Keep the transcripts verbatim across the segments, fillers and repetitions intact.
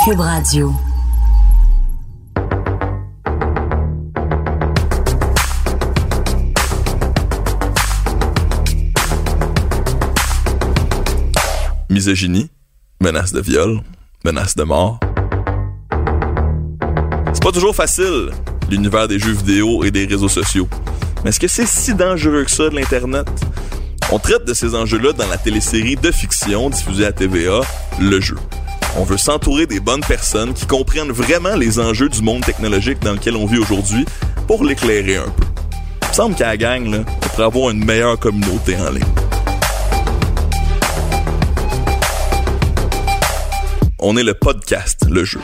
Cube Radio. Misogynie, menace de viol, menace de mort. C'est pas toujours facile, l'univers des jeux vidéo et des réseaux sociaux. Mais est-ce que c'est si dangereux que ça de l'Internet? On traite de ces enjeux-là dans la télésérie de fiction diffusée à T V A, Le Jeu. On veut s'entourer des bonnes personnes qui comprennent vraiment les enjeux du monde technologique dans lequel on vit aujourd'hui pour l'éclairer un peu. Il me semble qu'à la gang, là, on pourrait avoir une meilleure communauté en ligne. On est le podcast Le Jeu.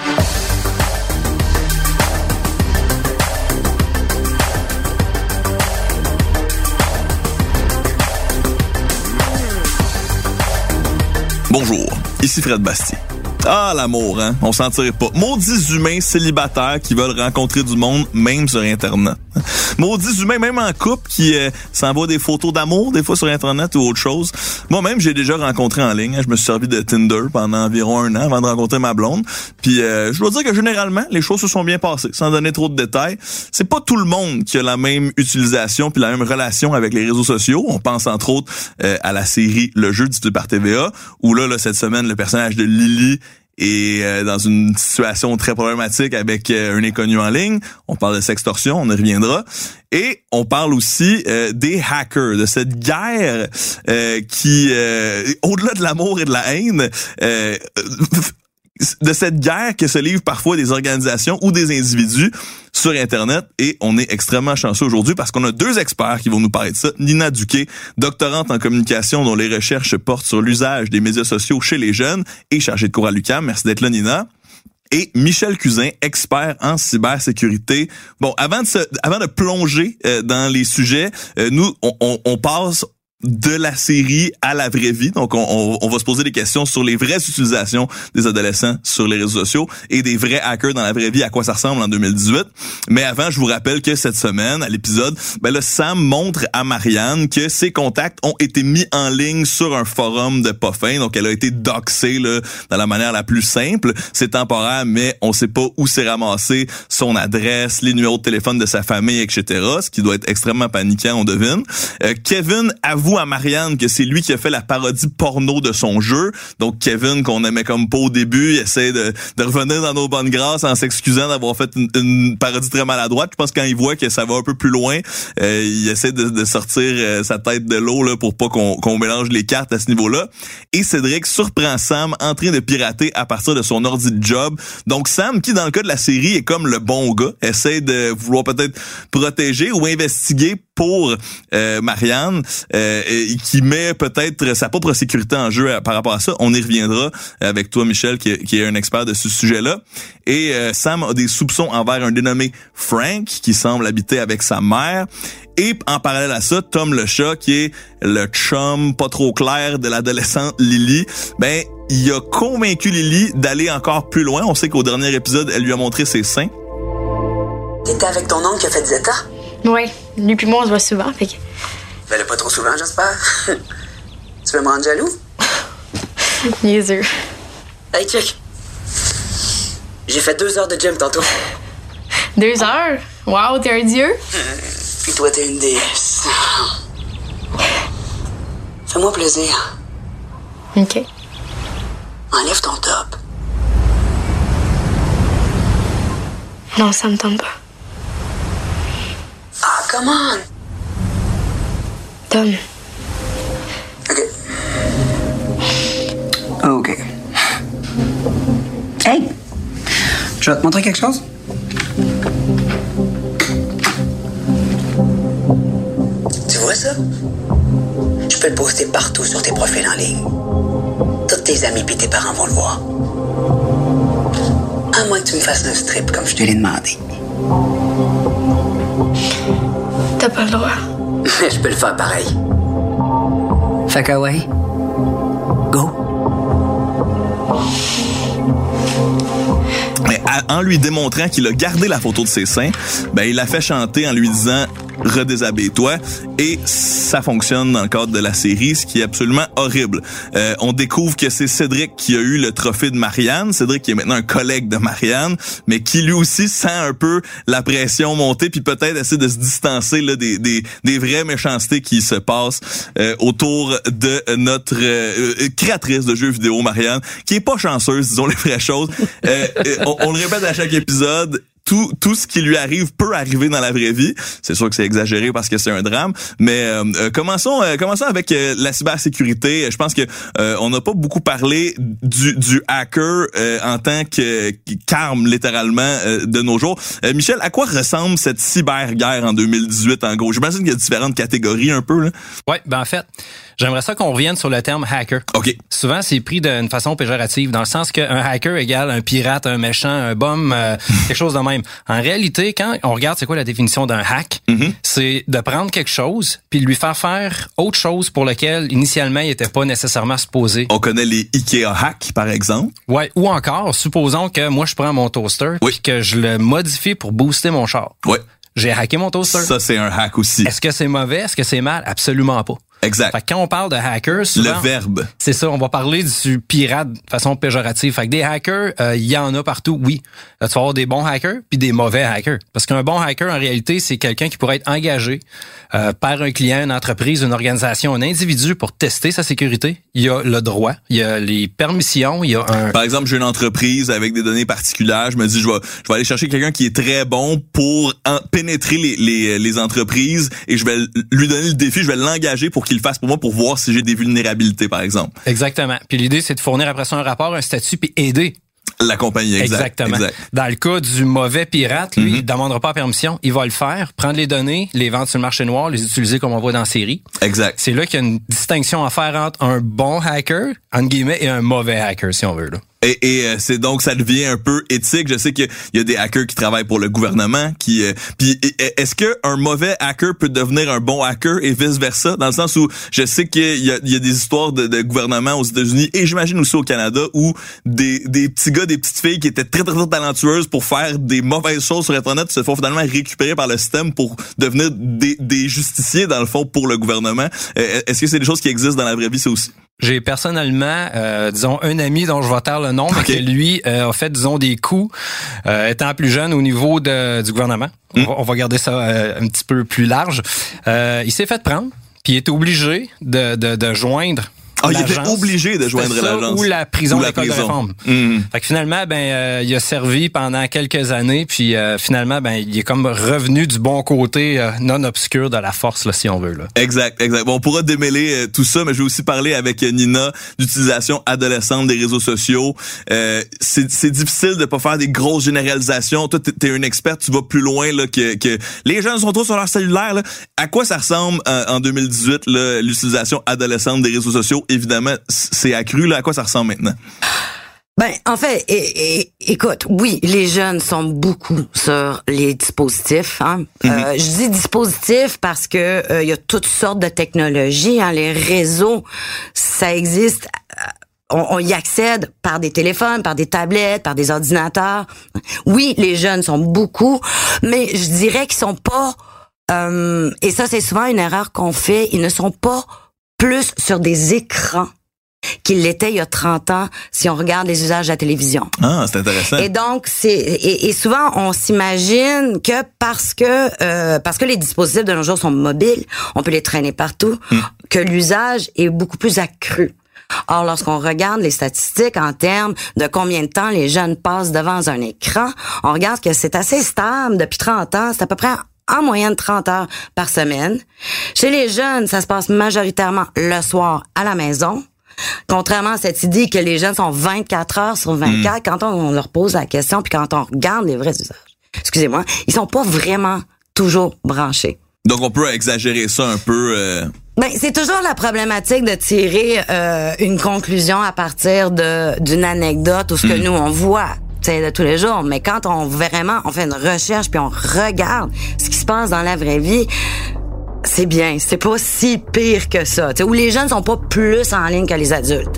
Bonjour, ici Fred Bastien. Ah, l'amour, hein? On s'en tirait pas. Maudits humains célibataires qui veulent rencontrer du monde, même sur Internet. Maudits humains, même en couple, qui euh, s'envoient des photos d'amour, des fois sur Internet ou autre chose. Moi-même, j'ai déjà rencontré en ligne. Hein, je me suis servi de Tinder pendant environ un an avant de rencontrer ma blonde. Puis, euh, je dois dire que généralement, les choses se sont bien passées, sans donner trop de détails. C'est pas tout le monde qui a la même utilisation puis la même relation avec les réseaux sociaux. On pense entre autres euh, à la série Le Jeu diffusée par T V A, où là, là, cette semaine, le personnage de Lily et euh, dans une situation très problématique avec euh, un inconnu en ligne. On parle de sextorsion, on y reviendra. Et on parle aussi euh, des hackers, de cette guerre euh, qui, euh, au-delà de l'amour et de la haine, euh, de cette guerre que se livrent parfois des organisations ou des individus sur Internet. Et on est extrêmement chanceux aujourd'hui parce qu'on a deux experts qui vont nous parler de ça. Nina Duquet, doctorante en communication dont les recherches portent sur l'usage des médias sociaux chez les jeunes et chargée de cours à l'U Q A M. Merci d'être là, Nina. Et Michel Cusin, expert en cybersécurité. Bon, avant de se, avant de plonger euh, dans les sujets, euh, nous, on, on, on passe de la série à la vraie vie. Donc, on, on, on va se poser des questions sur les vraies utilisations des adolescents sur les réseaux sociaux et des vrais hackers dans la vraie vie, à quoi ça ressemble en deux mille dix-huit. Mais avant, je vous rappelle que cette semaine, à l'épisode, ben là, Sam montre à Marianne que ses contacts ont été mis en ligne sur un forum de pas fin. Donc, elle a été doxée là, dans la manière la plus simple. C'est temporaire, mais on sait pas où s'est ramassé son adresse, les numéros de téléphone de sa famille, et cetera. Ce qui doit être extrêmement paniquant, on devine. Euh, Kevin avoue à Marianne que c'est lui qui a fait la parodie porno de son jeu. Donc Kevin, qu'on aimait comme pas au début, il essaie de, de revenir dans nos bonnes grâces en s'excusant d'avoir fait une, une parodie très maladroite. Je pense que quand il voit que ça va un peu plus loin, euh, il essaie de, de sortir euh, sa tête de l'eau là pour pas qu'on, qu'on mélange les cartes à ce niveau-là. Et Cédric surprend Sam en train de pirater à partir de son ordi de job. Donc Sam, qui dans le cas de la série est comme le bon gars, essaie de vouloir peut-être protéger ou investiguer pour euh, Marianne, euh, et qui met peut-être sa propre sécurité en jeu par rapport à ça. On y reviendra avec toi, Michel, qui est, qui est un expert de ce sujet-là. Et euh, Sam a des soupçons envers un dénommé Frank, qui semble habiter avec sa mère. Et en parallèle à ça, Tom le chat, qui est le chum pas trop clair de l'adolescente Lily, ben il a convaincu Lily d'aller encore plus loin. On sait qu'au dernier épisode, elle lui a montré ses seins. T'étais avec ton oncle qui a fait Zeta? Ouais, lui puis moi on se voit souvent, fait que... Fais-le pas trop souvent, j'espère. Tu veux me rendre jaloux? Niaiseux. Hey, check. J'ai fait deux heures de gym tantôt. Deux heures? Wow, t'es un dieu? Puis toi, t'es une déesse. Fais-moi plaisir. OK. Enlève ton top. Non, ça me tente pas. Ah, come on! Tom. OK. OK. Hey! Je vais te montrer quelque chose? Tu vois ça? Je peux le poster partout sur tes profils en ligne. Tous tes amis pis tes parents vont le voir. À moins que tu me fasses un strip comme je te l'ai demandé. T'as pas le droit. Mais je peux le faire pareil. Fait que ouais. Go. Mais en lui démontrant qu'il a gardé la photo de ses seins, ben il l'a fait chanter en lui disant redéshabille-toi. Et ça fonctionne dans le cadre de la série, ce qui est absolument horrible. Euh, on découvre que c'est Cédric qui a eu le trophée de Marianne. Cédric qui est maintenant un collègue de Marianne, mais qui lui aussi sent un peu la pression monter, puis peut-être essaie de se distancer là, des, des, des vraies méchancetés qui se passent euh, autour de notre euh, créatrice de jeux vidéo, Marianne, qui est pas chanceuse, disons les vraies choses. Euh, on, on le répète à chaque épisode, tout tout ce qui lui arrive peut arriver dans la vraie vie. C'est sûr que c'est exagéré parce que c'est un drame, mais euh, commençons euh, commençons avec euh, la cybersécurité. Je pense que euh, on n'a pas beaucoup parlé du du hacker euh, en tant que qu'arme littéralement euh, de nos jours. Euh, Michel, à quoi ressemble cette cyberguerre en deux mille dix-huit en gros? J'imagine qu'il y a différentes catégories un peu là. Ouais, ben en fait, j'aimerais ça qu'on revienne sur le terme hacker. OK. Souvent, c'est pris d'une façon péjorative, dans le sens qu'un hacker égale un pirate, un méchant, un bum, euh, quelque chose de même. En réalité, quand on regarde c'est quoi la définition d'un hack, mm-hmm. c'est de prendre quelque chose puis de lui faire faire autre chose pour lequel, initialement, il était pas nécessairement supposé. On connaît les Ikea hacks, par exemple. Ouais, ou encore, supposons que moi, je prends mon toaster oui. puis que je le modifie pour booster mon char. Ouais. J'ai hacké mon toaster. Ça, c'est un hack aussi. Est-ce que c'est mauvais? Est-ce que c'est mal? Absolument pas. Exact. Fait que quand on parle de hackers, souvent, le verbe. C'est ça, on va parler du pirate de façon péjorative. Fait que des hackers, il euh, y en a partout, oui. Là, tu vas avoir des bons hackers puis des mauvais hackers. Parce qu'un bon hacker, en réalité, c'est quelqu'un qui pourrait être engagé euh, par un client, une entreprise, une organisation, un individu pour tester sa sécurité. Il y a le droit, il y a les permissions, il y a un... Par exemple, j'ai une entreprise avec des données particulières. Je me dis, je vais, je vais aller chercher quelqu'un qui est très bon pour en pénétrer les, les, les entreprises et je vais lui donner le défi, je vais l'engager pour qu'il le fasse pour moi pour voir si j'ai des vulnérabilités, par exemple. Exactement. Puis l'idée, c'est de fournir après ça un rapport, un statut, puis aider la compagnie. Exact. Exactement. Exact. Dans le cas du mauvais pirate, lui, mm-hmm. il demandera pas permission, il va le faire, prendre les données, les vendre sur le marché noir, les utiliser comme on voit dans la série. Exact. C'est là qu'il y a une distinction à faire entre un bon hacker, entre guillemets, et un mauvais hacker, si on veut, là. Et, et euh, c'est donc ça devient un peu éthique. Je sais qu'il y a des hackers qui travaillent pour le gouvernement, qui euh, puis est-ce que un mauvais hacker peut devenir un bon hacker et vice versa, dans le sens où je sais qu'il y a, il y a des histoires de, de gouvernement aux États-Unis et j'imagine aussi au Canada où des des petits gars, des petites filles qui étaient très très, très talentueuses pour faire des mauvaises choses sur Internet se font finalement récupérer par le système pour devenir des, des justiciers dans le fond pour le gouvernement. Euh, est-ce que c'est des choses qui existent dans la vraie vie, ça aussi? J'ai personnellement, euh, disons, un ami dont je vais taire le nom, mais okay. que lui euh, a fait, disons, des coups euh, étant plus jeune au niveau de, du gouvernement. Mm. On, va, on va garder ça euh, un petit peu plus large. Euh, il s'est fait prendre, puis il est obligé de, de, de joindre Ah, il était obligé de joindre ça, l'agence. Ou la prison ou de la l'école prison. de réforme. Mmh. Fait que finalement, ben, euh, il a servi pendant quelques années, puis euh, finalement, ben, il est comme revenu du bon côté euh, non obscur de la force, là, si on veut, là. Exact, exact. Bon, on pourra démêler euh, tout ça, mais je vais aussi parler avec Nina d'utilisation adolescente des réseaux sociaux. Euh, c'est, c'est difficile de pas faire des grosses généralisations. Toi, t'es, t'es une experte, tu vas plus loin là que, que les jeunes sont trop sur leur cellulaire. Là. À quoi ça ressemble euh, en deux mille dix-huit là, l'utilisation adolescente des réseaux sociaux? Évidemment, c'est accru. Là, à quoi ça ressemble maintenant? Ben, en fait, é- é- écoute, oui, les jeunes sont beaucoup sur les dispositifs. Hein. Mm-hmm. Euh, je dis dispositifs parce que euh, il y a toutes sortes de technologies. Hein. Les réseaux, ça existe. On, on y accède par des téléphones, par des tablettes, par des ordinateurs. Oui, les jeunes sont beaucoup, mais je dirais qu'ils sont pas. Euh, et ça, c'est souvent une erreur qu'on fait. Ils ne sont pas plus sur des écrans qu'il l'était il y a trente ans si on regarde les usages de la télévision. Ah, c'est intéressant. Et donc c'est et, et souvent on s'imagine que parce que euh, parce que les dispositifs de nos jours sont mobiles, on peut les traîner partout, mm. que l'usage est beaucoup plus accru. Or, lorsqu'on regarde les statistiques en termes de combien de temps les jeunes passent devant un écran, on regarde que c'est assez stable depuis trente ans, c'est à peu près en moyenne trente heures par semaine. Chez les jeunes, ça se passe majoritairement le soir à la maison. Contrairement à cette idée que les jeunes sont vingt-quatre heures sur vingt-quatre, mmh. quand on, on leur pose la question, puis quand on regarde les vrais usages, excusez-moi, ils sont pas vraiment toujours branchés. Donc on peut exagérer ça un peu. Euh... Ben c'est toujours la problématique de tirer euh, une conclusion à partir de d'une anecdote ou ce que mmh. nous on voit. C'est de tous les jours, mais quand on vraiment on fait une recherche puis on regarde ce qui se passe dans la vraie vie, c'est bien, c'est pas si pire que ça. T'sais, où les jeunes sont pas plus en ligne que les adultes.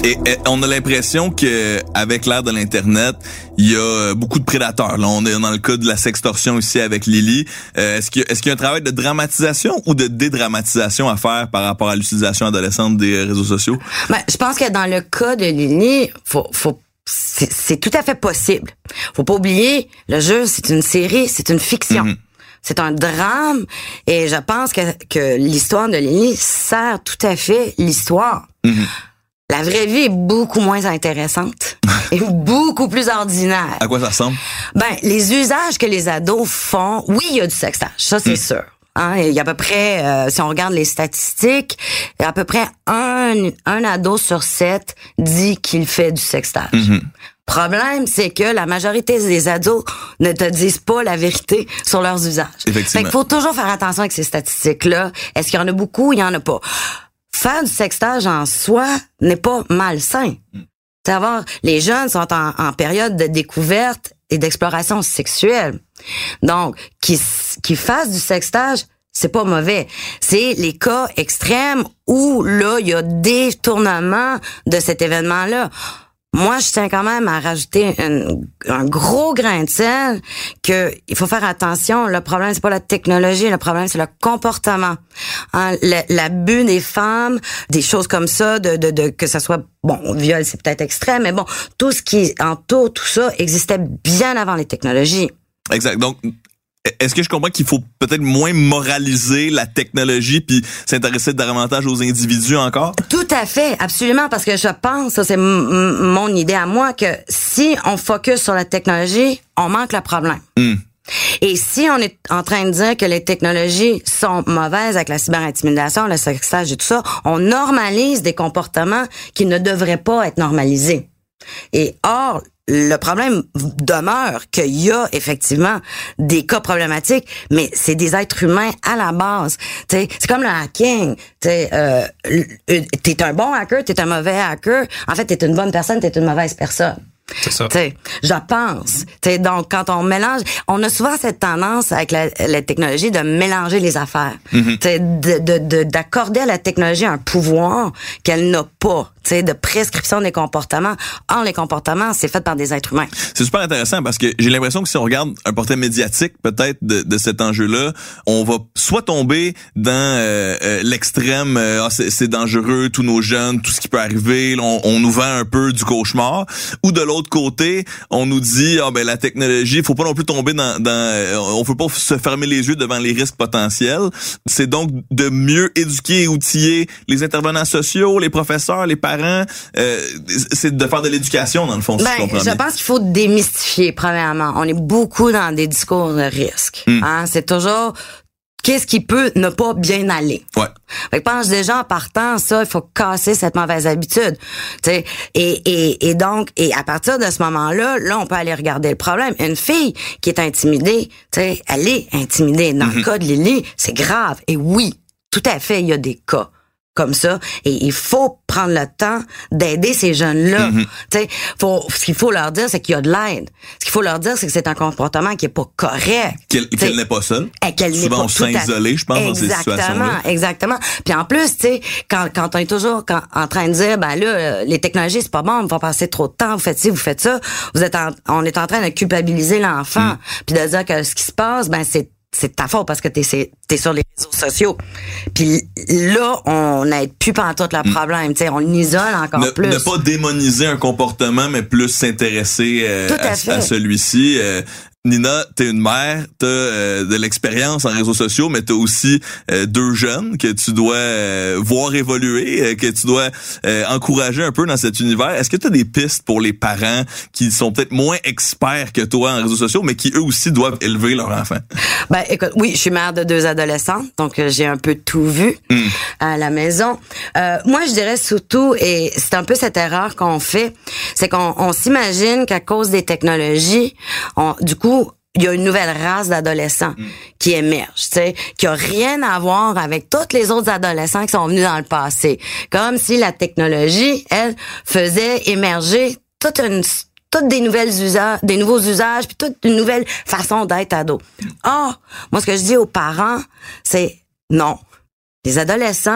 Et, et on a l'impression que avec l'ère de l'internet, il y a beaucoup de prédateurs. Là, on est dans le cas de la sextorsion ici avec Lily. Euh, est-ce qu'il y a, est-ce qu'il y a un travail de dramatisation ou de dédramatisation à faire par rapport à l'utilisation adolescente des réseaux sociaux? Ben, je pense que dans le cas de Lily, faut, faut, c'est, c'est tout à fait possible. Faut pas oublier, le jeu, c'est une série, c'est une fiction. Mm-hmm. C'est un drame et je pense que, que l'histoire de Lily sert tout à fait l'histoire. Mm-hmm. La vraie vie est beaucoup moins intéressante et beaucoup plus ordinaire. À quoi ça ressemble? Ben, les usages que les ados font, oui, il y a du sextage, ça c'est mm. sûr. Hein, il y a à peu près, euh, si on regarde les statistiques, il y a à peu près un, un ado sur sept dit qu'il fait du sextage. Mm-hmm. Problème, c'est que la majorité des ados ne te disent pas la vérité sur leurs usages. Effectivement. Fait qu'il faut toujours faire attention avec ces statistiques-là. Est-ce qu'il y en a beaucoup? Il y en a pas. Faire du sextage en soi n'est pas malsain. Mm. Savoir, les jeunes sont en, en période de découverte et d'exploration sexuelle. Donc, qu'ils qu'ils fassent du sextage, c'est pas mauvais. C'est les cas extrêmes où, là, il y a détournement de cet événement-là. Moi, je tiens quand même à rajouter une, un gros grain de sel que il faut faire attention. Le problème, c'est pas la technologie, le problème, c'est le comportement. Hein, l'abus des femmes, des choses comme ça, de, de, de que ça soit, bon, viol, c'est peut-être extrême, mais bon, tout ce qui entoure tout ça existait bien avant les technologies. Exact. Donc, est-ce que je comprends qu'il faut peut-être moins moraliser la technologie puis s'intéresser davantage aux individus encore? Tout à fait, absolument, parce que je pense, ça c'est m- m- mon idée à moi, que si on focus sur la technologie, on manque le problème. Mm. Et si on est en train de dire que les technologies sont mauvaises avec la cyberintimidation, le sextage et tout ça, on normalise des comportements qui ne devraient pas être normalisés. Et or, le problème demeure qu'il y a effectivement des cas problématiques, mais c'est des êtres humains à la base. T'sais, c'est comme le hacking. T'sais, euh, t'es un bon hacker, t'es un mauvais hacker. En fait, t'es une bonne personne, t'es une mauvaise personne. C'est ça. T'sais, je pense. T'sais, donc, quand on mélange, on a souvent cette tendance avec la, la technologie de mélanger les affaires. Mm-hmm. T'sais, de, de, de, d'accorder à la technologie un pouvoir qu'elle n'a pas. T'sais, de prescription des comportements. Or, les comportements, c'est fait par des êtres humains. C'est super intéressant parce que j'ai l'impression que si on regarde un portrait médiatique, peut-être, de, de cet enjeu-là, on va soit tomber dans euh, euh, l'extrême, euh, ah, c'est, c'est dangereux, tous nos jeunes, tout ce qui peut arriver, là, on, on nous vend un peu du cauchemar, ou de l'autre côté, on nous dit, ah ben la technologie, faut pas non plus tomber dans, dans euh, on peut pas se fermer les yeux devant les risques potentiels. C'est donc de mieux éduquer et outiller les intervenants sociaux, les professeurs, les parents. Euh, c'est de faire de l'éducation, dans le fond, si ben, je comprends je bien. pense qu'il faut démystifier, premièrement. On est beaucoup dans des discours de risque. Mm. Hein? C'est toujours qu'est-ce qui peut ne pas bien aller. Ouais. Fait que je pense déjà en partant, ça, il faut casser cette mauvaise habitude. T'sais, et, et, et donc, et à partir de ce moment-là, là, on peut aller regarder le problème. Une fille qui est intimidée, t'sais, elle est intimidée. Dans mm-hmm. le cas de Lily, c'est grave. Et oui, tout à fait, il y a des cas comme ça, et il faut prendre le temps d'aider ces jeunes-là. Mm-hmm. Tu sais, faut, ce qu'il faut leur dire, c'est qu'il y a de l'aide. Ce qu'il faut leur dire, c'est que c'est un comportement qui est pas correct. Qu'elle, qu'elle n'est pas seule. Et qu'elle Souvent, n'est pas on se sent isolé, je pense, dans ces situations-là. Exactement, exactement. Puis en plus, tu sais, quand, quand on est toujours quand, en train de dire, ben là, les technologies, c'est pas bon, vous faites passer trop de temps, vous faites ci, vous faites ça, vous êtes en, on est en train de culpabiliser l'enfant, mm. puis de dire que ce qui se passe, ben c'est c'est ta faute parce que t'es, t'es sur les réseaux sociaux. Puis là, on n'aide plus pantoute le problème. T'sais, on l'isole encore ne, plus. Ne pas démoniser un comportement, mais plus s'intéresser euh, à, à, à celui-ci. Euh, Nina, t'es une mère, t'as euh, de l'expérience en réseaux sociaux, mais t'as aussi euh, deux jeunes que tu dois euh, voir évoluer, euh, que tu dois euh, encourager un peu dans cet univers. Est-ce que t'as des pistes pour les parents qui sont peut-être moins experts que toi en réseaux sociaux, mais qui eux aussi doivent élever leur enfant? Ben, écoute, oui, je suis mère de deux adolescents, donc euh, j'ai un peu tout vu mm. à la maison. Euh, moi, je dirais surtout, et c'est un peu cette erreur qu'on fait, c'est qu'on on s'imagine qu'à cause des technologies, on, du coup, il y a une nouvelle race d'adolescents mm. qui émerge, tu sais, qui a rien à voir avec tous les autres adolescents qui sont venus dans le passé. Comme si la technologie, elle, faisait émerger toute une toutes des nouvelles usages, des nouveaux usages, puis toute une nouvelle façon d'être ado. Or, moi, ce que je dis aux parents, c'est non. Les adolescents,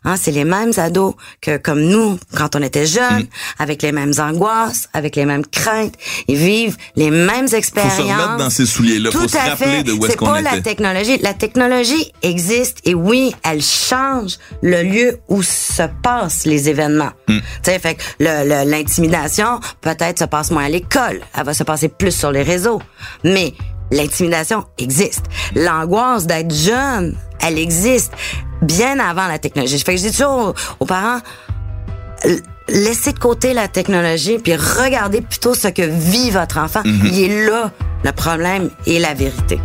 Hein, c'est les mêmes ados que comme nous quand on était jeunes, mmh. avec les mêmes angoisses, avec les mêmes craintes. Ils vivent les mêmes expériences. Faut se remettre dans ces souliers-là. Tout Faut se rappeler fait. de où est-ce qu'on était. C'est pas la technologie. La technologie existe et oui, elle change le lieu où se passent les événements. Mmh. Tu sais, fait que le, le, l'intimidation peut-être se passe moins à l'école. Elle va se passer plus sur les réseaux. Mais l'intimidation existe. L'angoisse d'être jeune, elle existe bien avant la technologie. Fait que je dis toujours aux, aux parents, laissez de côté la technologie puis regardez plutôt ce que vit votre enfant. Mm-hmm. Il est là le problème et la vérité.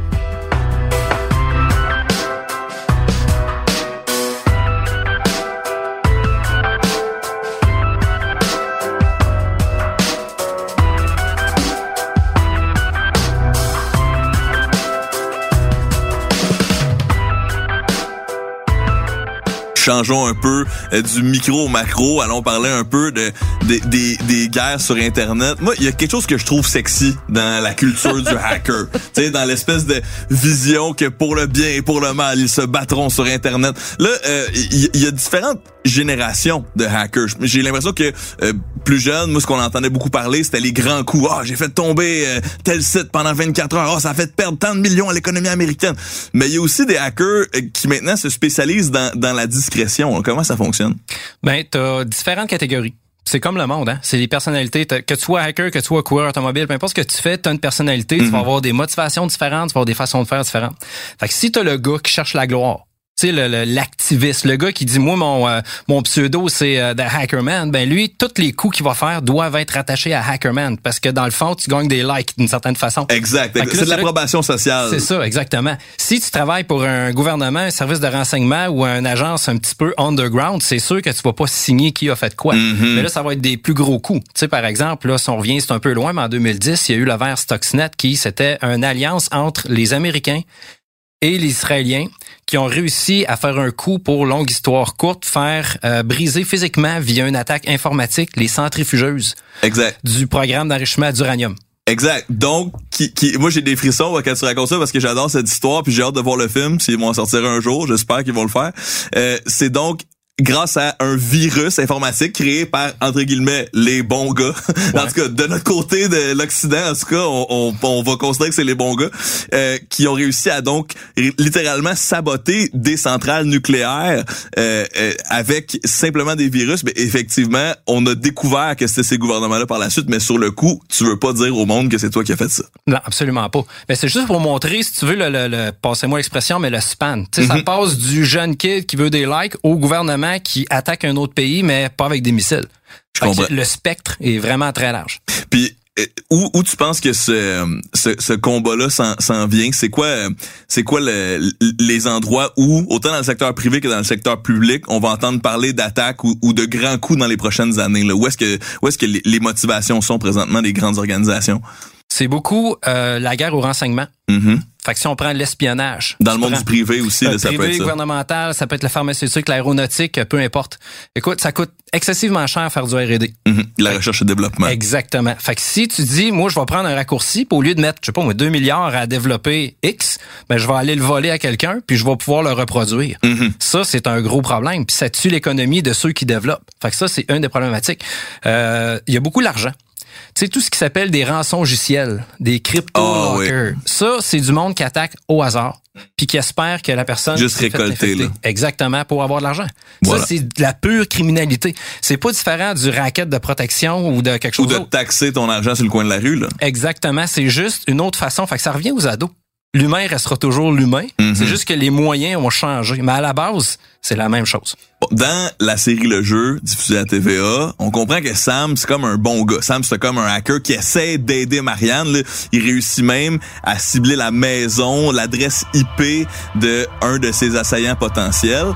Changeons un peu euh, du micro au macro. Allons parler un peu de, de des, des guerres sur Internet. Moi, il y a quelque chose que je trouve sexy dans la culture du hacker. Tu sais, dans l'espèce de vision que pour le bien et pour le mal, ils se battront sur Internet. Là, il euh, y, y a différentes générations de hackers. J'ai l'impression que euh, plus jeune, moi, ce qu'on entendait beaucoup parler, c'était les grands coups. Ah, oh, j'ai fait tomber euh, tel site pendant vingt-quatre heures. Ah, oh, ça a fait perdre tant de millions à l'économie américaine. Mais il y a aussi des hackers euh, qui maintenant se spécialisent dans, dans la discrétion. Comment ça fonctionne? Ben, t'as différentes catégories. C'est comme le monde, hein. C'est les personnalités. T'as, que tu sois hacker, que tu sois coureur automobile, peu importe ce que tu fais, t'as une personnalité, mm-hmm. tu vas avoir des motivations différentes, tu vas avoir des façons de faire différentes. Fait que si t'as le gars qui cherche la gloire, tu sais, le, le, l'activiste, le gars qui dit, moi, mon euh, mon pseudo, c'est euh, The Hackerman, ben lui, tous les coups qu'il va faire doivent être attachés à Hackerman, parce que dans le fond, tu gagnes des likes d'une certaine façon. Exact. Là, c'est de l'approbation sociale. C'est ça, exactement. Si tu travailles pour un gouvernement, un service de renseignement ou une agence un petit peu underground, c'est sûr que tu vas pas signer qui a fait quoi. Mm-hmm. Mais là, ça va être des plus gros coups. Tu sais, par exemple, là, si on revient, c'est un peu loin, mais en deux mille dix, il y a eu l'affaire Stuxnet qui, c'était une alliance entre les Américains et les Israéliens qui ont réussi à faire un coup, pour longue histoire courte, faire euh, briser physiquement via une attaque informatique les centrifugeuses exact. Du programme d'enrichissement d'uranium. Exact. Donc, qui, qui, moi, j'ai des frissons quand tu racontes ça parce que j'adore cette histoire puis j'ai hâte de voir le film. S'ils vont en sortir un jour, j'espère qu'ils vont le faire. Euh, c'est donc grâce à un virus informatique créé par, entre guillemets, les bons gars. Ouais. En tout cas, de notre côté de l'Occident, en tout cas, on, on, on va considérer que c'est les bons gars, euh, qui ont réussi à donc littéralement saboter des centrales nucléaires euh, euh, avec simplement des virus. Mais effectivement, on a découvert que c'était ces gouvernements-là par la suite, mais sur le coup, tu veux pas dire au monde que c'est toi qui as fait ça. Non, absolument pas. Mais c'est juste pour montrer, si tu veux, le, le, le passez-moi l'expression, mais le span. Tu sais, mm-hmm. ça passe du jeune kid qui veut des likes au gouvernement qui attaque un autre pays, mais pas avec des missiles. Je comprends. Le spectre est vraiment très large. Puis où, où tu penses que ce, ce, ce combat-là s'en, s'en vient? C'est quoi, c'est quoi le, les endroits où, autant dans le secteur privé que dans le secteur public, on va entendre parler d'attaques ou, ou de grands coups dans les prochaines années? Là? Où est-ce que, où est-ce que les, les motivations sont présentement des grandes organisations? C'est beaucoup euh, la guerre au renseignement. Mm-hmm. Fait que si on prend l'espionnage... Dans le monde du privé aussi, là, ça privé, peut être ça. Gouvernemental, ça peut être la pharmaceutique, l'aéronautique, peu importe. Écoute, ça coûte excessivement cher à faire du R et D. Mm-hmm. La recherche et développement. Exactement. Fait que si tu dis, moi, je vais prendre un raccourci, puis au lieu de mettre, je sais pas moi, deux milliards à développer X, ben je vais aller le voler à quelqu'un, puis je vais pouvoir le reproduire. Mm-hmm. Ça, c'est un gros problème. Puis ça tue l'économie de ceux qui développent. Fait que ça, c'est une des problématiques. Euh, il y a beaucoup d'argent. Tu sais, tout ce qui s'appelle des rançongiciels, des crypto-lockers. Oh, oui. Ça, c'est du monde qui attaque au hasard puis qui espère que la personne... Juste récolter, là. Exactement, pour avoir de l'argent. Voilà. Ça, c'est de la pure criminalité. C'est pas différent du racket de protection ou de quelque chose d'autre. Ou de taxer ton argent sur le coin de la rue, là. Exactement, c'est juste une autre façon. Fait que ça revient aux ados. L'humain restera toujours l'humain. Mm-hmm. C'est juste que les moyens ont changé. Mais à la base, c'est la même chose. Dans la série Le Jeu, diffusée à T V A, on comprend que Sam, c'est comme un bon gars. Sam, c'est comme un hacker qui essaie d'aider Marianne. Là. Il réussit même à cibler la maison, l'adresse I P de un de ses assaillants potentiels.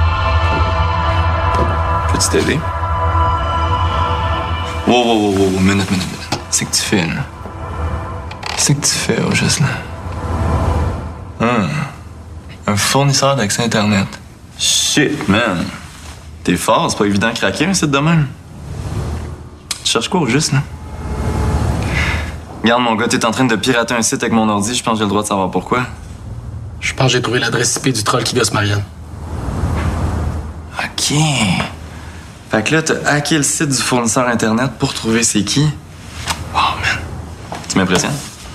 Peux-tu t'aider? Wow, wow, wow, wow, minute, minute, minute. C'est que tu fais, là. C'est que tu fais, oh, juste là. Hum. Un fournisseur d'accès Internet. Shit, man. T'es fort, c'est pas évident de craquer un site de même. Tu cherches quoi au juste, là? Regarde, mon gars, t'es en train de pirater un site avec mon ordi, je pense que j'ai le droit de savoir pourquoi. Je pense que j'ai trouvé l'adresse I P du troll qui gosse Marianne. OK. OK. Fait que là, t'as hacké le site du fournisseur Internet pour trouver c'est qui. Oh, man. Tu m'impressionnes?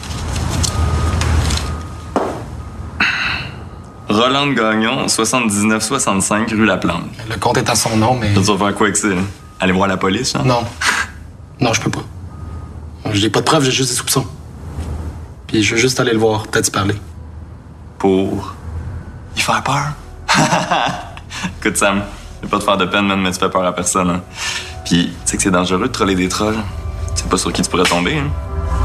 Roland Gagnon, soixante-dix-neuf soixante-cinq, rue La Plante. Le compte est à son nom, mais... Tu vas faire quoi avec ça? Là? Aller voir la police, hein? Non. Non, je peux pas. J'ai pas de preuves, j'ai juste des soupçons. Puis je veux juste aller le voir, peut-être y parler. Pour... y faire peur? Écoute, Sam, je vais pas te faire de peine, man, mais tu fais peur à personne, hein. Puis, tu sais que c'est dangereux de troller des trolls. Tu sais pas sur qui tu pourrais tomber, hein.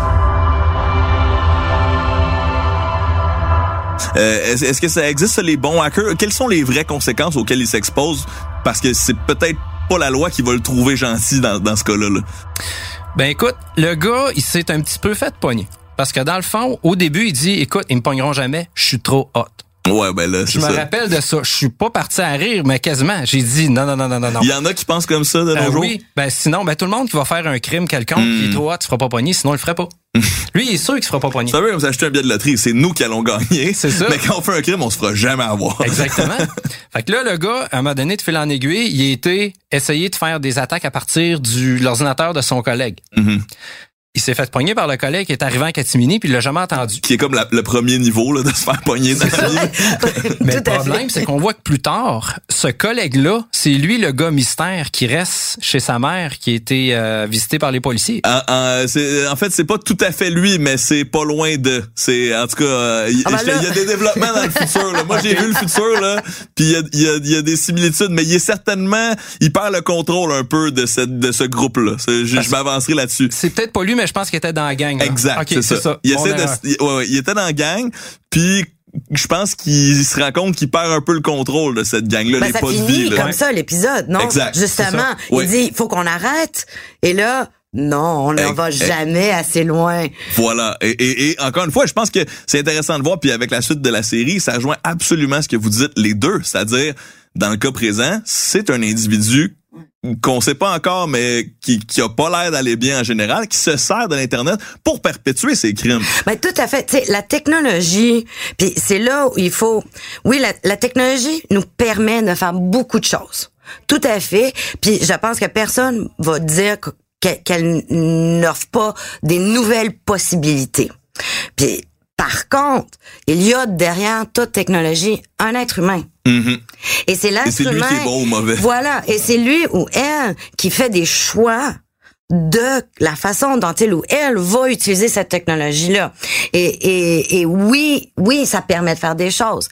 Euh, est-ce, est-ce que ça existe, ça, les bons hackers? Quelles sont les vraies conséquences auxquelles ils s'exposent? Parce que c'est peut-être pas la loi qui va le trouver gentil dans, dans ce cas-là. Là. Ben écoute, le gars, il s'est un petit peu fait pogner. Parce que dans le fond, au début, il dit, écoute, ils me pogneront jamais, je suis trop hot. Ouais, ben là, c'est Je me ça. rappelle de ça. Je suis pas parti à rire, mais quasiment. J'ai dit non, non, non, non, non, non. Il y en a qui pensent comme ça de nos euh, jours? Oui. Ben sinon, ben tout le monde qui va faire un crime quelconque, Mm. qui est trop hot, tu feras pas pogner, sinon il le ferait pas. Lui, il est sûr qu'il se fera pas pogner. Ça veut comme s'acheter un billet de loterie, c'est nous qui allons gagner. C'est ça. Mais quand on fait un crime, on se fera jamais avoir. Exactement. Fait que là, le gars, à un moment donné, de fil en aiguille, il a été essayer de faire des attaques à partir du l'ordinateur de son collègue. Mm-hmm. Il s'est fait pogner par le collègue qui est arrivé en catimini puis il l'a jamais entendu. Qui est comme la, le premier niveau là, de se faire pogner dans la vie. Mais le Tout à problème, fait. c'est qu'on voit que plus tard, ce collègue-là, c'est lui le gars mystère qui reste chez sa mère qui a été euh, visité par les policiers. En, en, c'est, en fait, c'est pas tout à fait lui, mais c'est pas loin de. C'est en tout cas, euh, il Ah ben là- y a des développements dans le futur. Là. Moi, j'ai vu le futur là, puis il y a, il y, a, il y a des similitudes, mais il est certainement, il perd le contrôle un peu de cette de ce groupe-là. C'est, je, je m'avancerai là-dessus. C'est peut-être pas lui, mais je pense qu'il était dans la gang. Là. Exact, Ok, c'est, ça. ça. Il Mon essaie de, erreur. il, ouais, ouais, il était dans la gang, puis je pense qu'il se rend compte qu'il perd un peu le contrôle de cette gang-là, Ben, les ça pas de finit vie. Là. comme ça, l'épisode, non? Exact, c'est Justement, ça. il Oui. dit, il faut qu'on arrête. Et là, non, on n'en Eh, va eh. jamais assez loin. Voilà. Et, et, et encore une fois, je pense que c'est intéressant de voir, puis avec la suite de la série, ça rejoint absolument ce que vous dites les deux. C'est-à-dire, dans le cas présent, c'est un individu qu'on sait pas encore, mais qui, qui a pas l'air d'aller bien en général, qui se sert de l'Internet pour perpétuer ses crimes. Ben, tout à fait. Tu sais, la technologie, puis c'est là où il faut... Oui, la, la technologie nous permet de faire beaucoup de choses. Tout à fait. Puis je pense que personne va dire que- qu'elle, qu'elle n'offre pas des nouvelles possibilités. Puis, par contre, il y a derrière toute technologie un être humain. Mm-hmm. Et c'est l'être Et c'est lui humain. qui est bon ou mauvais. Voilà. Et c'est lui ou elle qui fait des choix de la façon dont il ou elle va utiliser cette technologie-là. Et, et, et oui, oui, ça permet de faire des choses.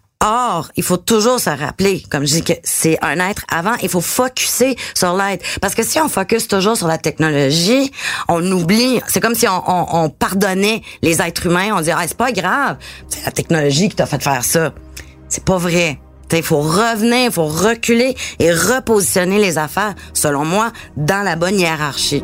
Or, il faut toujours se rappeler, comme je dis, que c'est un être avant, il faut focusser sur l'être. Parce que si on focus toujours sur la technologie, on oublie, c'est comme si on, on, on pardonnait les êtres humains, on dit, ah, c'est pas grave, c'est la technologie qui t'a fait faire ça. C'est pas vrai. Il faut revenir, il faut reculer et repositionner les affaires, selon moi, dans la bonne hiérarchie.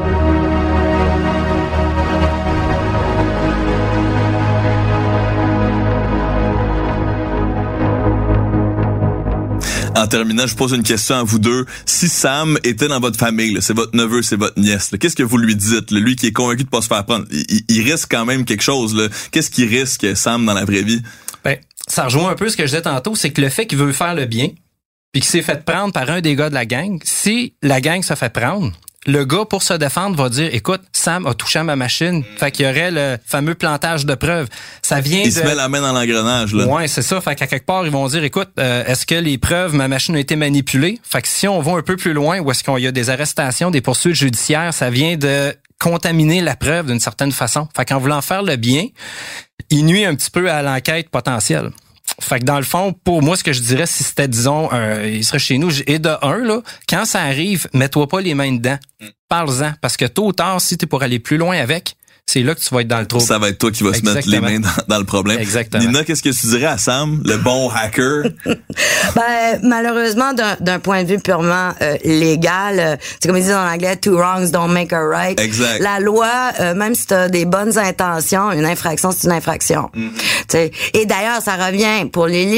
En terminant, je pose une question à vous deux. Si Sam était dans votre famille, là, c'est votre neveu, c'est votre nièce, là, qu'est-ce que vous lui dites? Là, lui qui est convaincu de pas se faire prendre, il, il risque quand même quelque chose. Là. Qu'est-ce qu'il risque, Sam, dans la vraie vie? Ben, ça rejoint un peu ce que je disais tantôt, c'est que le fait qu'il veut faire le bien, puis qu'il s'est fait prendre par un des gars de la gang, si la gang se fait prendre, le gars, pour se défendre, va dire, écoute, Sam a touché à ma machine. Fait qu'il y aurait le fameux plantage de preuves. Ça vient Il de... se met la main dans l'engrenage. Là. Ouais, c'est ça. Fait qu'à quelque part, ils vont dire, écoute, euh, est-ce que les preuves, ma machine a été manipulée? Fait que si on va un peu plus loin, où est-ce qu'il y a des arrestations, des poursuites judiciaires, ça vient de contaminer la preuve d'une certaine façon. Fait qu'en voulant faire le bien, il nuit un petit peu à l'enquête potentielle. Fait que dans le fond, pour moi, ce que je dirais, si c'était, disons, un, il serait chez nous, et de un, là, quand ça arrive, mets-toi pas les mains dedans. Parle-en. Parce que tôt ou tard, si t'es pour aller plus loin avec, c'est là que tu vas être dans le trou. Ça va être toi qui vas se mettre les mains dans, dans le problème. Exactement. Nina, qu'est-ce que tu dirais à Sam, le bon hacker? Ben, malheureusement, d'un, d'un point de vue purement euh, légal, euh, c'est comme ils disent en anglais, two wrongs don't make a right. Exact. La loi, euh, même si tu as des bonnes intentions, une infraction, c'est une infraction. Mm-hmm. Tu sais. Et d'ailleurs, ça revient pour Lily.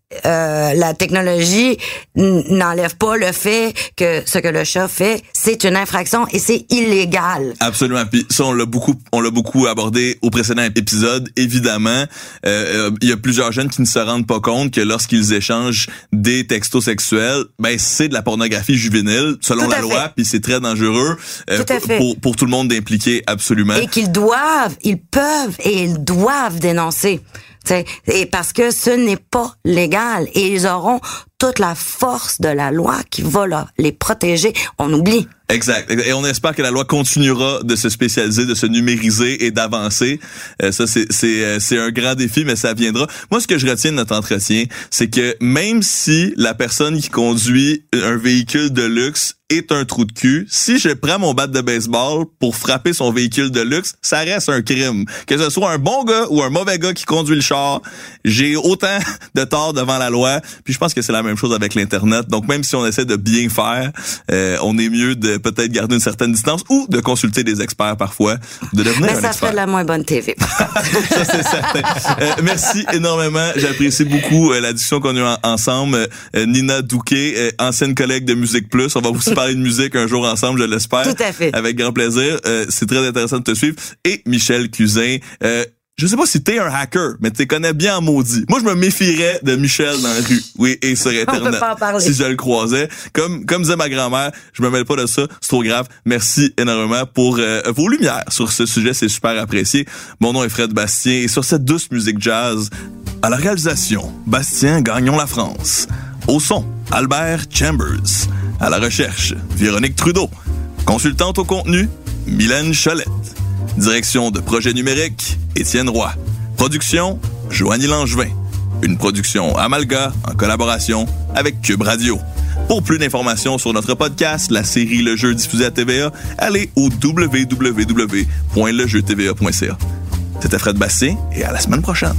euh, la technologie n- n'enlève pas le fait que ce que le chat fait, c'est une infraction et c'est illégal. Absolument. Puis ça, on l'a beaucoup, on l'a beaucoup abordé au précédent épisode. Évidemment, euh, il y a plusieurs jeunes qui ne se rendent pas compte que lorsqu'ils échangent des textos sexuels, ben c'est de la pornographie juvénile selon Tout la à loi. fait. Puis c'est très dangereux euh, Tout à fait. pour pour tout le monde d'impliquer absolument. Et qu'ils doivent, ils peuvent et ils doivent dénoncer. T'sais, et parce que ce n'est pas légal et ils auront toute la force de la loi qui va là, les protéger. On oublie. Exact. Et on espère que la loi continuera de se spécialiser, de se numériser et d'avancer. Euh, ça, c'est, c'est, euh, c'est un grand défi, mais ça viendra. Moi, ce que je retiens de notre entretien, c'est que même si la personne qui conduit un véhicule de luxe est un trou de cul, si je prends mon bat de baseball pour frapper son véhicule de luxe, ça reste un crime. Que ce soit un bon gars ou un mauvais gars qui conduit le char, j'ai autant de tort devant la loi. Puis je pense que c'est la même chose avec l'Internet. Donc même si on essaie de bien faire, euh, on est mieux de peut-être garder une certaine distance ou de consulter des experts parfois, de devenir Mais un ça expert. ferait de la moins bonne T V. Ça, c'est certain. Euh, merci énormément. J'apprécie beaucoup euh, la discussion qu'on a eue en- ensemble. Euh, Nina Douquet, euh, ancienne collègue de Musique Plus. On va aussi parler de musique un jour ensemble, je l'espère. Tout à fait. Avec grand plaisir. Euh, c'est très intéressant de te suivre. Et Michel Cusin. Euh, je sais pas si t'es un hacker, mais tu connais bien en maudit. Moi, je me méfierais de Michel dans la rue. Oui, et sur Internet. peut pas en parler. Si je le croisais. Comme, comme disait ma grand-mère, je me mêle pas de ça. C'est trop grave. Merci énormément pour euh, vos lumières sur ce sujet. C'est super apprécié. Mon nom est Fred Bastien et sur cette douce musique jazz, à la réalisation, Bastien Gagnon La France. Au son, Albert Chambers. À la recherche, Véronique Trudeau. Consultante au contenu, Mylène Cholette. Direction de projet numérique, Étienne Roy. Production, Joanie Langevin. Une production Amalga en collaboration avec Cube Radio. Pour plus d'informations sur notre podcast, la série Le Jeu diffusée à T V A, allez au w w w point le jeu t v a point c a. C'était Fred Bastien et à la semaine prochaine.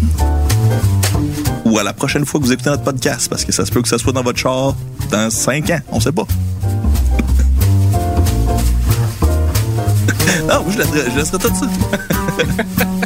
Ou à la prochaine fois que vous écoutez notre podcast, parce que ça se peut que ça soit dans votre char dans cinq ans, on sait pas. Non, je laisserai, je laisserai tout ça.